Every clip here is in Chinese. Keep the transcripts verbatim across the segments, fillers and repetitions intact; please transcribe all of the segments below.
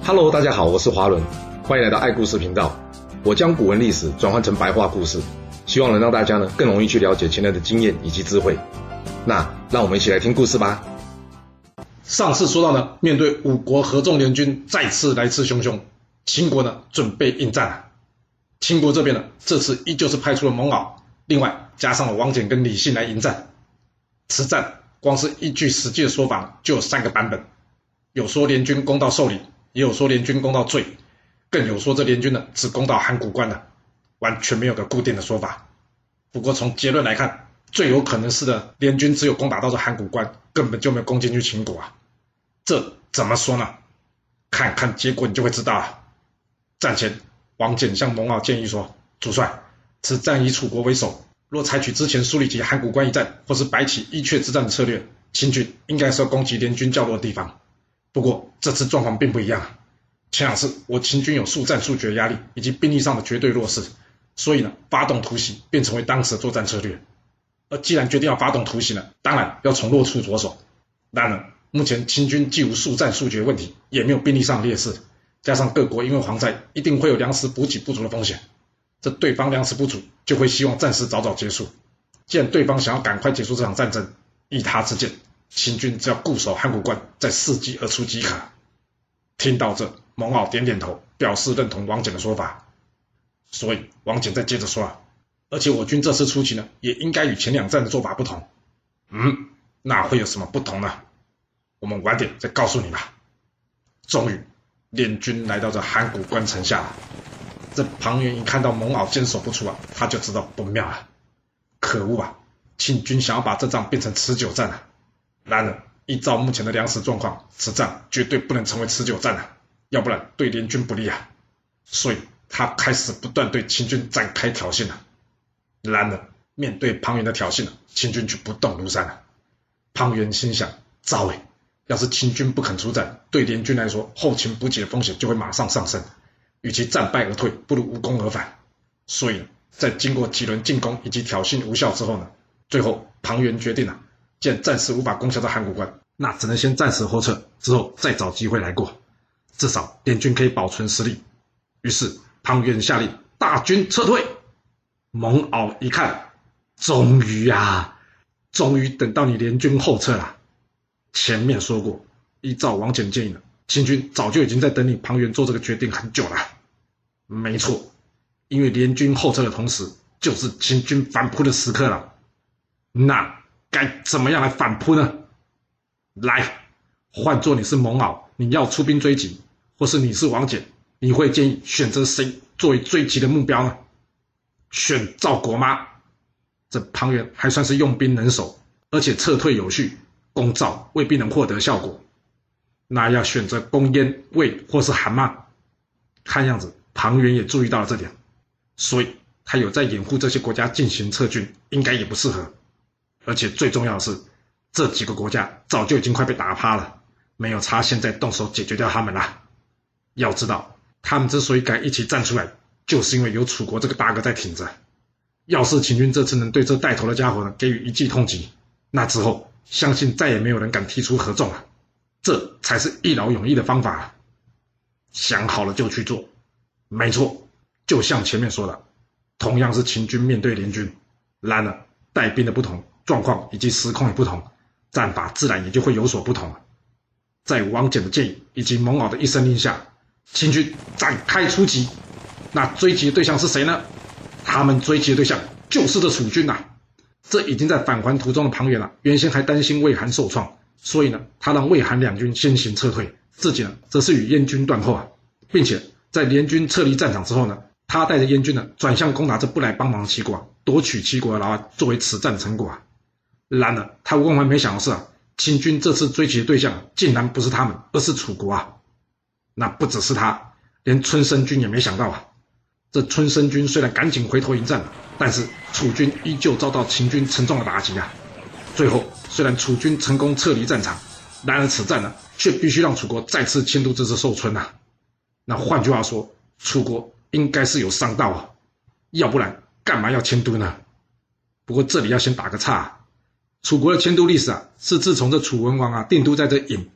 Hello， 大家好，我是华伦，欢迎来到爱故事频道。我将古文历史转换成白话故事，希望能让大家呢更容易去了解前人的经验以及智慧。那让我们一起来听故事吧。 上次说到呢，面对五国合纵联军再次来势汹汹，秦国呢准备应战了。秦国这边呢，这次依旧是派出了蒙骜，另外加上了王翦跟李信来迎战。此战光是依据实际的说法就有三个版本，有说联军攻到寿里，也有说联军攻到醉，更有说这联军呢只攻到函谷关了，完全没有个固定的说法。不过从结论来看，最有可能是的，联军只有攻打到这函谷关，根本就没有攻进去秦国啊。这怎么说呢？看看结果你就会知道了。战前，王翦向蒙骜建议说：“主帅，此战以楚国为首，若采取之前苏里及函谷关一战，或是白起伊阙之战的策略，秦军应该是要攻击联军较弱的地方。不过这次状况并不一样啊。前两次我秦军有速战速决的压力，以及兵力上的绝对弱势，所以呢，发动突袭便成为当时的作战策略。而既然决定要发动突袭呢，当然要从弱处着手。然而目前秦军既无速战速决问题，也没有兵力上的劣势，加上各国因为蝗灾一定会有粮食补给不足的风险，这对方粮食不足就会希望战事早早结束。既然对方想要赶快结束这场战争，依他之见，秦军只要固守函谷关，再伺机而出即可。听到这，蒙骜点点头，表示认同王翦的说法。所以王翦再接着说啊，而且我军这次出击呢，也应该与前两战的做法不同。嗯，那会有什么不同呢？我们晚点再告诉你吧。终于，联军来到这函谷关城下了。这庞元一看到蒙骜坚守不出啊，他就知道不妙了。可恶啊！秦军想要把这仗变成持久战啊！然而，依照目前的粮食状况，此战绝对不能成为持久战啊，要不然对联军不利啊。所以他开始不断对秦军展开挑衅了。然而，面对庞元的挑衅，秦军却不动如山了。庞元心想：糟诶！要是秦军不肯出战，对联军来说，后勤补给的风险就会马上上升。与其战败而退，不如无功而返。所以，在经过几轮进攻以及挑衅无效之后呢，最后庞元决定了，既然暂时无法攻下这函谷关，那只能先暂时后撤，之后再找机会来过，至少联军可以保存实力。于是庞元下令大军撤退。蒙骜一看，终于啊，终于等到你联军后撤了。前面说过，依照王翦建议呢，秦军早就已经在等你庞元做这个决定很久了。没错，因为联军后撤的同时，就是秦军反扑的时刻了。那该怎么样来反扑呢？来，换作你是蒙骜，你要出兵追击，或是你是王翦，你会建议选择谁作为追击的目标呢？选赵国吗？这庞元还算是用兵能手，而且撤退有序，攻赵未必能获得效果。那要选择攻燕、魏或是韩吗？看样子庞元也注意到了这点，所以他有在掩护这些国家进行撤军，应该也不适合。而且最重要的是，这几个国家早就已经快被打趴了，没有差现在动手解决掉他们啦。要知道，他们之所以敢一起站出来，就是因为有楚国这个大哥在挺着。要是秦军这次能对这带头的家伙呢给予一记痛击，那之后相信再也没有人敢提出合纵了。这才是一劳永逸的方法啊。想好了就去做。没错，就像前面说的，同样是秦军面对联军，然而带兵的不同，状况以及时空也不同，战法自然也就会有所不同了。在王翦的建议以及蒙骜的一声令下，秦军展开出击。那追击的对象是谁呢？他们追击的对象就是这楚军啊。这已经在返还途中的庞元啊，原先还担心魏韩受创，所以呢，他让魏韩两军先行撤退，自己呢则是与燕军断后啊，并且在联军撤离战场之后呢，他带着燕军呢转向攻打这不来帮忙的齐国啊，夺取齐国的劳啊，作为此战的成果啊。然而他万万没想到的是啊，秦军这次追击的对象、啊、竟然不是他们，而是楚国啊。那不只是他，连春申君也没想到啊。这春申君虽然赶紧回头迎战了，但是楚军依旧遭到秦军沉重的打击啊。最后虽然楚军成功撤离战场，然而此战呢，却必须让楚国再次迁都这次寿春啊。那换句话说，楚国应该是有伤到啊，要不然干嘛要迁都呢？不过这里要先打个岔啊，楚国的迁都历史啊，是自从这楚文王啊定都在这郢，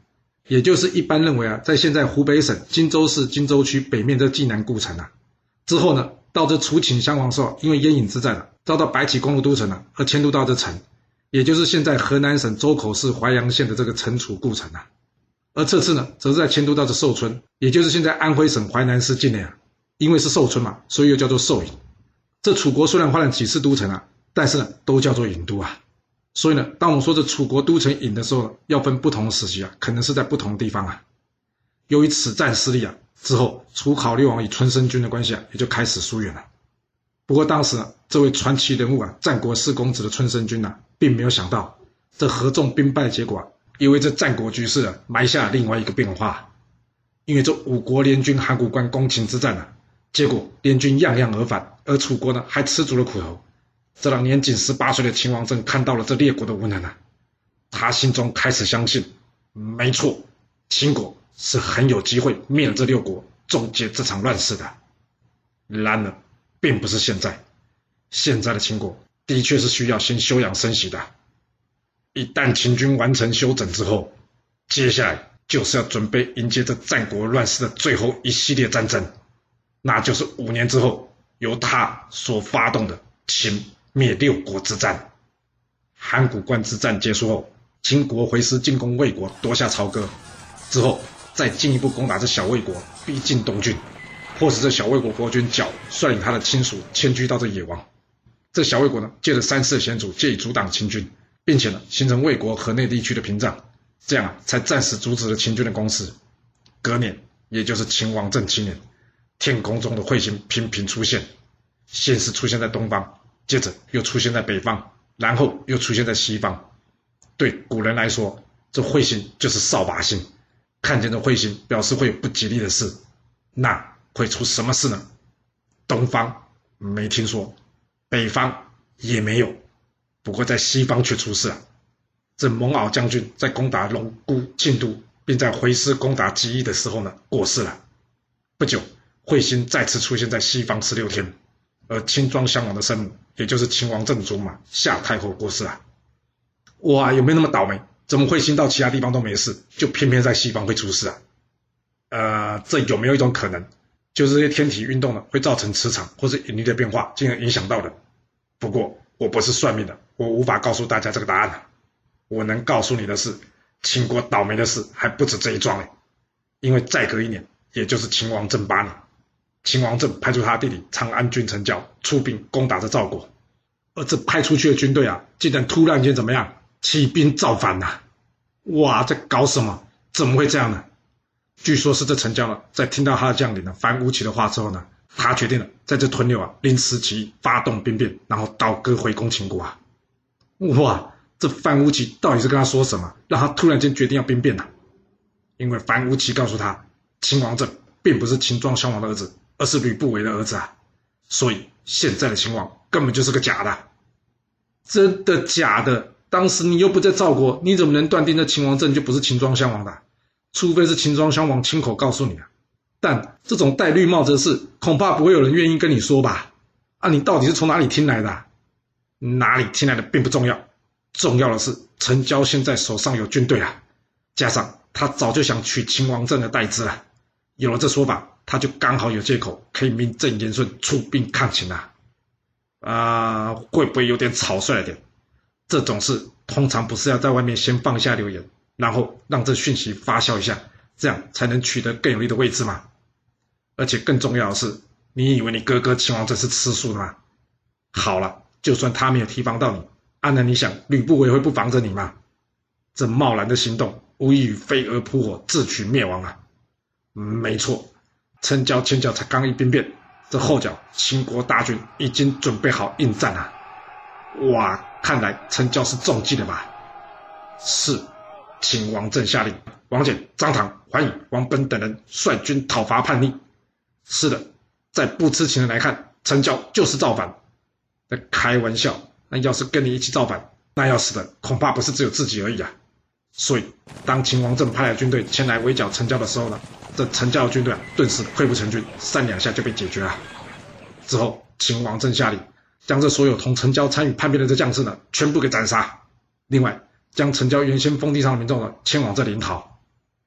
也就是一般认为啊，在现在湖北省荆州市荆州区北面这济南故城啊，之后呢，到这楚顷襄王时，因为燕尹之战啊，遭到白起攻入都城啊，而迁都到这城，也就是现在河南省周口市淮阳县的这个陈楚故城啊。而这次呢，则是在迁都到这寿春，也就是现在安徽省淮南市境内啊。因为是寿春嘛，所以又叫做寿尹。这楚国虽然换了几次都城啊，但是呢，都叫做尹都啊。所以呢，当我们说这楚国都城尹的时候，要分不同时期啊，可能是在不同地方啊。由于此战失利啊，之后楚考烈王与春申君的关系啊，也就开始疏远了。不过当时呢，这位传奇人物啊，战国四公子的春申君啊，并没有想到这合纵兵败结果啊，也为这战国局势啊埋下了另外一个变化。因为这五国联军函谷关攻秦之战啊，结果联军样样而返，而楚国呢还吃足了苦头。这让年仅十八岁的秦王政看到了这列国的无能啊，他心中开始相信，没错，秦国是很有机会灭了这六国，终结这场乱世的。然而，并不是现在，现在的秦国的确是需要先休养生息的。一旦秦军完成休整之后，接下来就是要准备迎接这战国乱世的最后一系列战争，那就是五年之后由他所发动的秦灭六国之战。函谷关之战结束后，秦国回师进攻魏国，夺下朝歌，之后再进一步攻打这小魏国，逼近东郡，迫使这小魏国国君角率领他的亲属迁居到这野王。这小魏国呢，借着三世险阻，借以阻挡秦军，并且呢，形成魏国河内地区的屏障，这样啊，才暂时阻止了秦军的攻势。隔年，也就是秦王政七年，天空中的彗星频频出现，先是出现在东方，接着又出现在北方，然后又出现在西方。对古人来说，这彗星就是扫把星，看见这彗星表示会有不吉利的事。那会出什么事呢？东方没听说，北方也没有，不过在西方却出事了。这蒙骜将军在攻打龙姑、晋都，并在回师攻打吉邑的时候呢，过世了。不久，彗星再次出现在西方十六天，而秦庄襄王的生母，也就是秦王政祖马夏太后过世了。哇，有没有那么倒霉？怎么彗星到其他地方都没事，就偏偏在西方会出事啊？呃，这有没有一种可能，就是这些天体运动呢，会造成磁场或是引力的变化，进而影响到的？不过我不是算命的，我无法告诉大家这个答案啊。我能告诉你的是，秦国倒霉的事还不止这一桩嘞。因为再隔一年，也就是秦王政八年，秦王政派出他弟弟长安君成交出兵攻打这赵国，而这派出去的军队啊，竟然突然间怎么样，起兵造反啊！哇，这搞什么？怎么会这样呢？据说是这成交呢，在听到他的将领呢樊於期的话之后呢，他决定了在这屯留啊临时起义，发动兵变，然后倒戈回攻秦国啊！哇，这樊於期到底是跟他说什么，让他突然间决定要兵变呢、啊？因为樊於期告诉他，秦王政并不是秦庄襄王的儿子，而是吕不韦的儿子啊，所以现在的秦王根本就是个假的。真的假的？当时你又不在赵国，你怎么能断定这秦王政就不是秦庄襄王的？除非是秦庄襄王亲口告诉你啊。但这种戴绿帽子的事，恐怕不会有人愿意跟你说吧？啊，你到底是从哪里听来的、啊？哪里听来的并不重要，重要的是成交现在手上有军队啊，加上他早就想取秦王政的代之了。有了这说法，他就刚好有借口可以名正言顺出兵抗秦啊。啊、呃，会不会有点草率了点？这种事通常不是要在外面先放下流言，然后让这讯息发酵一下，这样才能取得更有利的位置吗？而且更重要的是，你以为你哥哥秦王政是吃素的吗？好了，就算他没有提防到你，按照你想吕不韦会不防着你吗？这贸然的行动无异于飞蛾扑火，自取灭亡啊！嗯、没错，成交前脚才刚一兵变，这后脚秦国大军已经准备好应战啊！哇，看来成交是中计了吧？是，秦王政下令，王翦、张唐、桓乙、王贲等人率军讨伐叛逆。是的，在不知情的来看，成交就是造反。那开玩笑，那要是跟你一起造反，那要死的恐怕不是只有自己而已啊！所以，当秦王政派来军队前来围剿成交的时候呢，这成交的军队啊，顿时溃不成军，三两下就被解决了。之后，秦王政下令，将这所有同成交参与叛变的这将士呢，全部给斩杀。另外，将成交原先封地上的民众呢，迁往这临洮。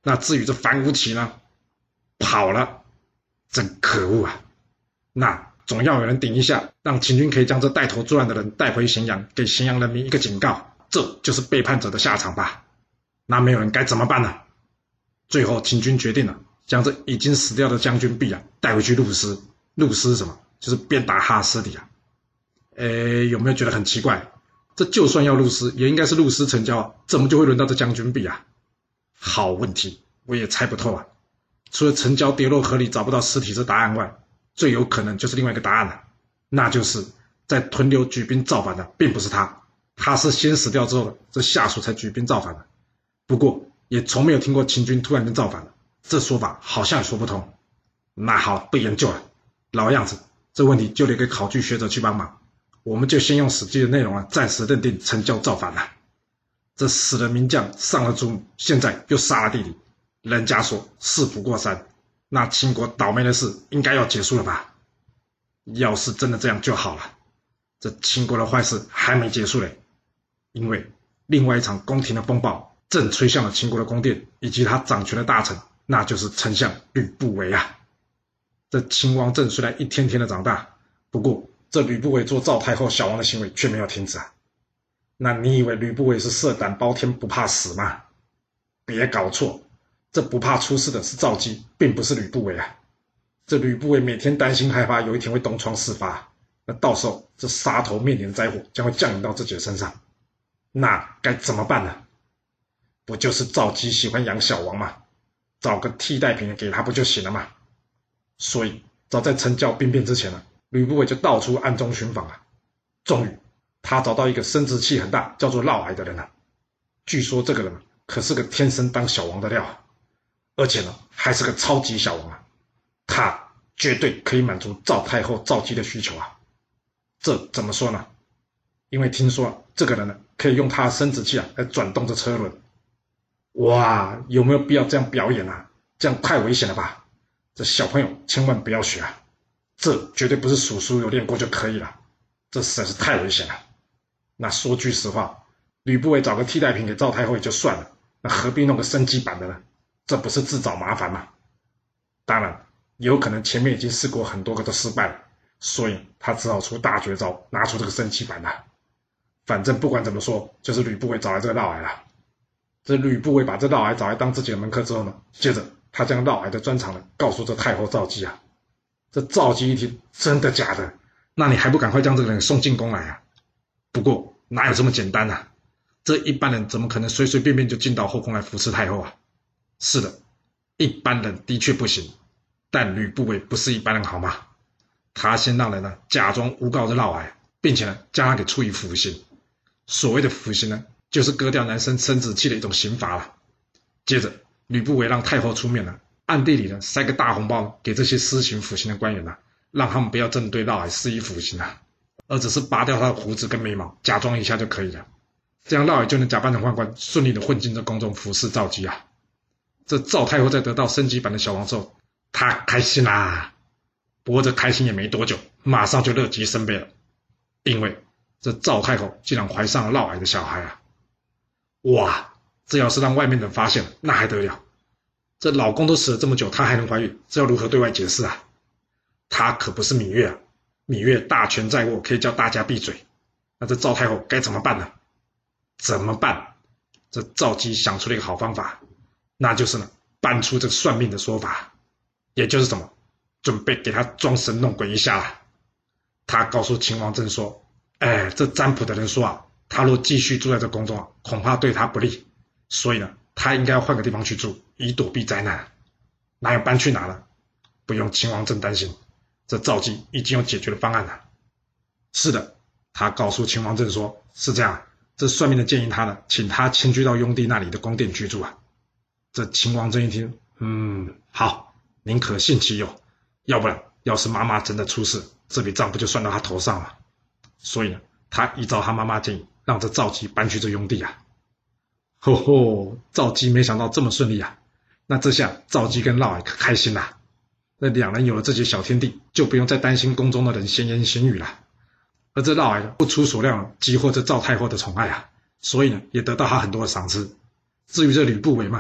那至于这樊无期呢，跑了，真可恶啊！那总要有人顶一下，让秦军可以将这带头作乱的人带回咸阳，给咸阳人民一个警告，这就是背叛者的下场吧？那没有人该怎么办呢？最后秦军决定了，将这已经死掉的将军毕啊带回去戮尸。戮尸什么？就是鞭打他尸体啊！诶，有没有觉得很奇怪？这就算要戮尸，也应该是戮尸成交啊，怎么就会轮到这将军毕啊？好问题，我也猜不透啊。除了成交跌落河里找不到尸体这答案外，最有可能就是另外一个答案了，那就是在屯留举兵造反的并不是他，他是先死掉之后的这下属才举兵造反的。不过也从没有听过秦军突然间造反了，这说法好像也说不通。那好了，不研究了，老样子，这问题就留给考据学者去帮忙。我们就先用史记的内容啊，暂时认定成交造反了。这死了名将，上了祖母，现在又杀了弟弟，人家说事不过三，那秦国倒霉的事应该要结束了吧？要是真的这样就好了。这秦国的坏事还没结束嘞，因为另外一场宫廷的风暴正吹向了秦国的宫殿以及他掌权的大臣，那就是丞相吕不韦啊。这秦王政虽然一天天的长大，不过这吕不韦做赵太后小王的行为却没有停止啊。那你以为吕不韦是色胆包天不怕死吗？别搞错，这不怕出事的是赵姬，并不是吕不韦啊。这吕不韦每天担心害怕有一天会东窗事发，那到时候这杀头面临的灾祸将会降临到自己的身上，那该怎么办呢？不就是赵姬喜欢养小王吗？找个替代品给他不就行了吗？所以早在成交兵变之前呢，吕不韦就到处暗中寻访啊。终于他找到一个生殖器很大叫做嫪毐的人了。据说这个人可是个天生当小王的料，而且呢还是个超级小王啊，他绝对可以满足赵太后赵姬的需求啊。这怎么说呢？因为听说、啊、这个人呢可以用他的生殖器啊来转动着车轮。哇，有没有必要这样表演啊？这样太危险了吧，这小朋友千万不要学啊，这绝对不是叔叔有练过就可以了，这实在是太危险了。那说句实话，吕不韦找个替代品给赵太后也就算了，那何必弄个升级版的呢？这不是自找麻烦吗？当然也有可能前面已经试过很多个都失败了，所以他只好出大绝招，拿出这个升级版了。反正不管怎么说，就是吕不韦找来这个嫪毐了。这吕不韦把这嫪毐找来当自己的门客之后呢，接着他将嫪毐的专长呢告诉这太后赵姬啊。这赵姬一听，真的假的？那你还不赶快将这个人送进宫来啊？不过哪有这么简单啊？这一般人怎么可能随随便便就进到后宫来扶持太后啊？是的，一般人的确不行，但吕不韦不是一般人好吗？他先让人呢假装诬告这嫪毐，并且呢将他给处以腐刑。所谓的腐刑呢，就是割掉男生生殖器的一种刑罚了。接着吕不韦让太后出面了，暗地里呢塞个大红包给这些施行腐刑的官员呢，让他们不要真的对嫪毐施以腐刑啊，而只是拔掉他的胡子跟眉毛，假装一下就可以了。这样嫪毐就能假扮成宦官，顺利的混进这宫中服侍赵姬啊。这赵太后在得到升级版的小王之后，她开心啦、啊。不过这开心也没多久，马上就乐极生悲了，因为这赵太后竟然怀上了嫪毐的小孩啊！哇，这要是让外面人发现了，那还得了？这老公都死了这么久，她还能怀孕，这要如何对外解释啊？她可不是芈月啊，芈月大权在握，可以叫大家闭嘴。那这赵太后该怎么办呢？怎么办？这赵姬想出了一个好方法，那就是呢，搬出这个算命的说法，也就是什么，准备给他装神弄鬼一下啦。他告诉秦王政说，哎，这占卜的人说啊，他若继续住在这宫中啊，恐怕对他不利，所以呢，他应该要换个地方去住，以躲避灾难。哪有搬去哪呢？不用秦王政担心，这赵姬已经有解决的方案了。是的，他告诉秦王政说，是这样，这算命的建议他呢，请他迁居到雍地那里的宫殿居住啊。这秦王政一听，嗯，好，宁可信其有，要不然要是妈妈真的出事，这笔账不就算到他头上了？所以呢，他依照他妈妈建议，让这赵姬搬去这雍地啊。吼吼，赵姬没想到这么顺利啊！那这下赵姬跟嫪毐可开心啦。那两人有了这些小天地，就不用再担心宫中的人闲言闲语了。而这嫪毐不出所料击获这赵太后的宠爱啊，所以呢，也得到他很多的赏赐。至于这吕不韦嘛，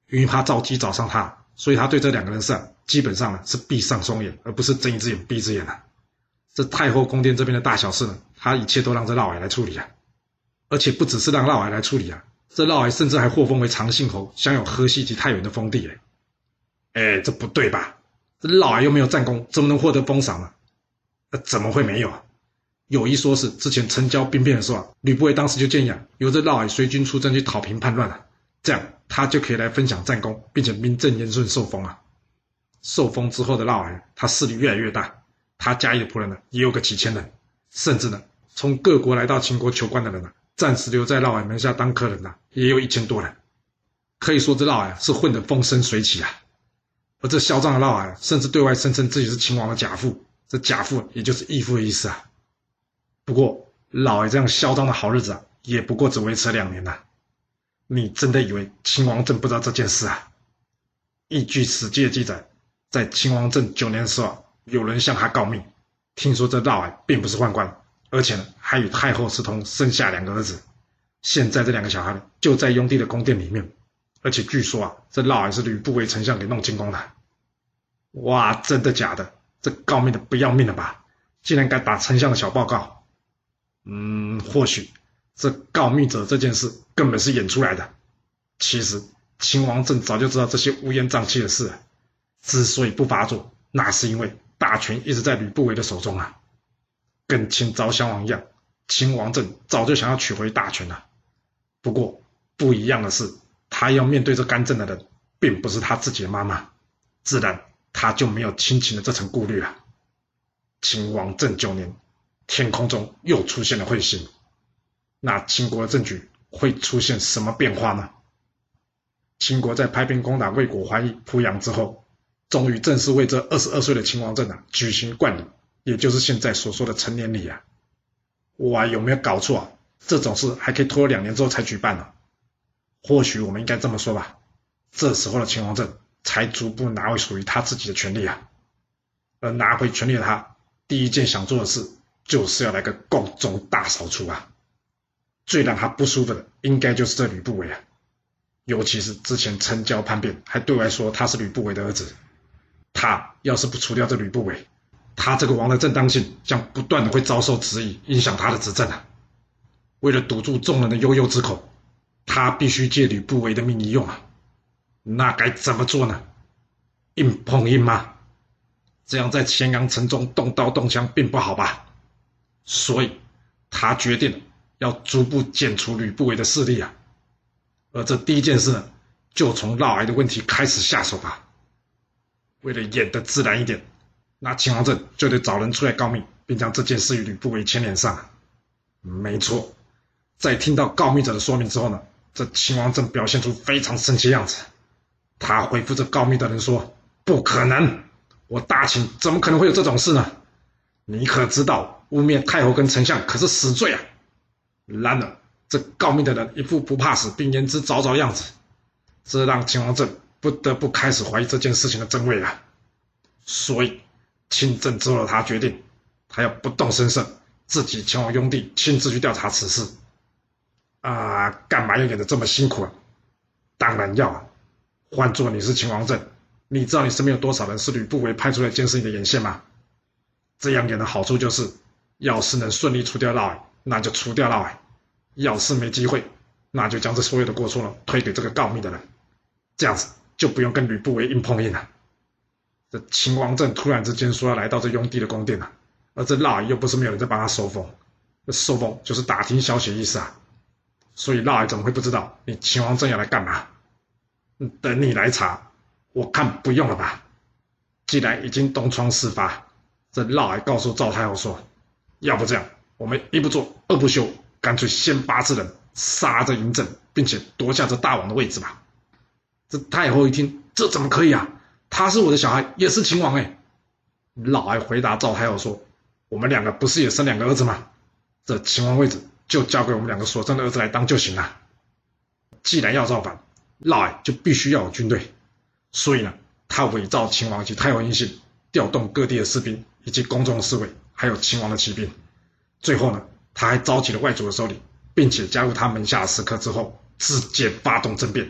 因为怕赵姬找上他，所以他对这两个人事啊，基本上呢是闭上双眼，而不是睁一只眼闭一只眼啊。这太后宫殿这边的大小事呢，他一切都让这嫪毐来处理啊。而且不只是让嫪毐来处理啊，这嫪毐甚至还获封为长信侯，享有河西及太原的封地。哎，这不对吧？这嫪毐又没有战功，怎么能获得封赏呢？呃，怎么会没有啊？有一说是之前成交兵变的时候啊，吕不韦当时就建议啊，由这嫪毐随军出征去讨平叛乱啊，这样他就可以来分享战功，并且名正言顺受封啊。受封之后的嫪毐，他势力越来越大，他家里的仆人呢也有个几千人，甚至呢从各国来到秦国求官的人呢，暂时留在嫪毐门下当客人呢，也有一千多人。可以说这嫪毐是混得风生水起啊。而这嚣张的嫪毐甚至对外声称自己是秦王的假父，这假父也就是义父的意思啊。不过嫪毐这样嚣张的好日子啊，也不过只维持了两年呐、啊。你真的以为秦王政不知道这件事啊？依据史记的记载，在秦王政九年的时候啊，有人向他告密，听说这嫪毐并不是宦官，而且呢还与太后私通，生下两个儿子。现在这两个小孩呢就在雍帝的宫殿里面，而且据说啊，这嫪毐是吕不韦丞相给弄进宫的。哇，真的假的？这告密的不要命了吧？竟然敢打丞相的小报告。嗯，或许这告密者这件事根本是演出来的。其实秦王政早就知道这些乌烟瘴气的事了，之所以不发作，那是因为大权一直在吕不韦的手中啊。跟秦昭襄王一样，秦王政早就想要取回大权了。不过不一样的是，他要面对这干政的人并不是他自己的妈妈，自然他就没有亲情的这层顾虑了。秦王政九年，天空中又出现了彗星，那秦国的政局会出现什么变化呢？秦国在派兵攻打魏国怀疑濮阳之后，终于正式为这二十二岁的秦王政啊举行冠礼，也就是现在所说的成年礼啊。哇，有没有搞错啊？这种事还可以拖两年之后才举办呢、啊？或许我们应该这么说吧，这时候的秦王政才逐步拿回属于他自己的权利啊。而拿回权力的他，第一件想做的事就是要来个宫中大扫除啊。最让他不舒服的应该就是这吕不韦啊，尤其是之前成交叛变还对外说他是吕不韦的儿子，他要是不除掉这吕不韦，他这个王的正当性将不断的会遭受质疑，影响他的执政啊。为了堵住众人的悠悠之口，他必须借吕不韦的命一用啊。那该怎么做呢？硬碰硬吗？这样在咸阳城中动刀动枪并不好吧。所以他决定要逐步剪除吕不韦的势力啊。而这第一件事呢，就从嫪毐的问题开始下手吧。为了演得自然一点，那秦王政就得找人出来告密，并将这件事与吕不韦牵连上。没错，在听到告密者的说明之后呢，这秦王政表现出非常生气的样子。他回复这告密的人说：不可能，我大秦怎么可能会有这种事呢？你可知道污蔑太后跟丞相可是死罪啊。然而这告密的人一副不怕死并言之凿凿的样子，这让秦王政不得不开始怀疑这件事情的真伪啊。所以亲政之后的他决定，他要不动声色，自己前往雍地亲自去调查此事。啊，干嘛要演得这么辛苦啊？当然要啊。换作你是秦王政，你知道你身边有多少人是吕不韦派出来监视你的眼线吗？这样演的好处就是，要是能顺利除掉嫪毐，那就除掉嫪毐；要是没机会，那就将这所有的过错呢推给这个告密的人，这样子就不用跟吕不韦硬碰硬了。这秦王政突然之间说要来到这雍地的宫殿了，而这嫪毐又不是没有人在帮他收风，这收风就是打听消息的意思啊。所以嫪毐怎么会不知道你秦王政要来干嘛？等你来查，我看不用了吧。既然已经东窗事发，这嫪毐告诉赵太后说，要不这样，我们一不做二不休，干脆先发制人，杀这嬴政，并且夺下这大王的位置吧。这太后一听，这怎么可以啊？他是我的小孩，也是秦王哎。嫪毐回答赵太后说，我们两个不是也生两个儿子吗？这秦王位置就交给我们两个所生的儿子来当就行了。既然要造反，嫪毐就必须要有军队，所以呢，他伪造秦王及太后音信，调动各地的士兵以及宫中的侍卫，还有秦王的骑兵。最后呢，他还召集了外族的首领，并且加入他门下的食客之后，直接发动政变，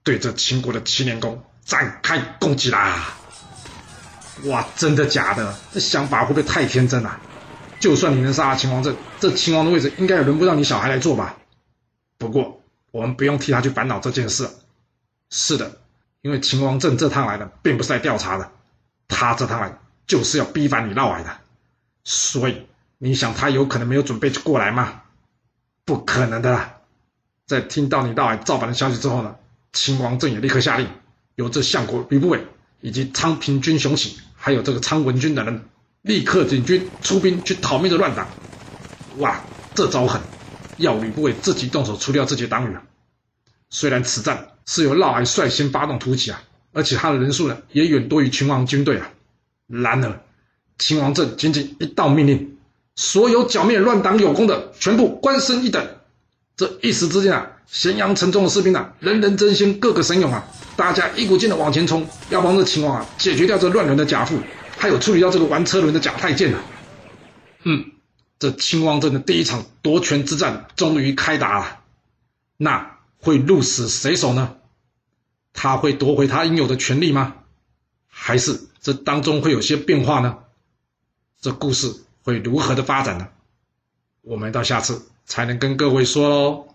对着秦国的齐桓公展开攻击啦！哇，真的假的？这想法会不会太天真了？就算你能杀了秦王政，这秦王的位置应该也轮不到你小孩来做吧？不过我们不用替他去烦恼这件事。是的，因为秦王政这趟来的并不是来调查的，他这趟来就是要逼反你嫪毐的。所以你想他有可能没有准备过来吗？不可能的啦！在听到你嫪毐造反的消息之后呢，秦王政也立刻下令，由这相国吕不韦以及昌平君熊起，还有这个昌文君等人，立刻领军出兵去讨灭这乱党。哇，这招狠，要吕不韦自己动手除掉自己的党羽啊！虽然此战是由嫪毐率先发动突起啊，而且他的人数呢也远多于秦王军队啊，然而秦王政仅仅一道命令，所有剿灭乱党有功的全部官升一等。这一时之间啊，咸阳城中的士兵啊，人人争先，个个神勇啊，大家一股劲的往前冲，要帮这秦王啊解决掉这乱伦的贾父，还有处理掉这个玩车轮的贾太监啊。嗯，这秦王政的第一场夺权之战终于开打了。那会鹿死谁手呢？他会夺回他应有的权利吗？还是这当中会有些变化呢？这故事会如何的发展呢？我们到下次才能跟各位说咯。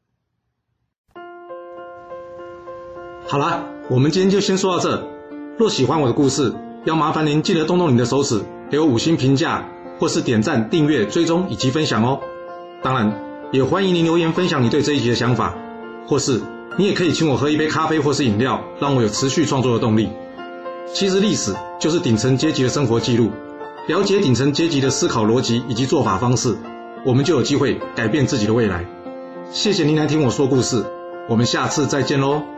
好啦，我们今天就先说到这。若喜欢我的故事，要麻烦您记得动动你的手指，给我五星评价，或是点赞、订阅、追踪以及分享哦。当然，也欢迎您留言分享你对这一集的想法，或是你也可以请我喝一杯咖啡或是饮料，让我有持续创作的动力。其实历史就是顶层阶级的生活记录，了解顶层阶级的思考逻辑以及做法方式，我们就有机会改变自己的未来。谢谢您来听我说故事，我们下次再见咯。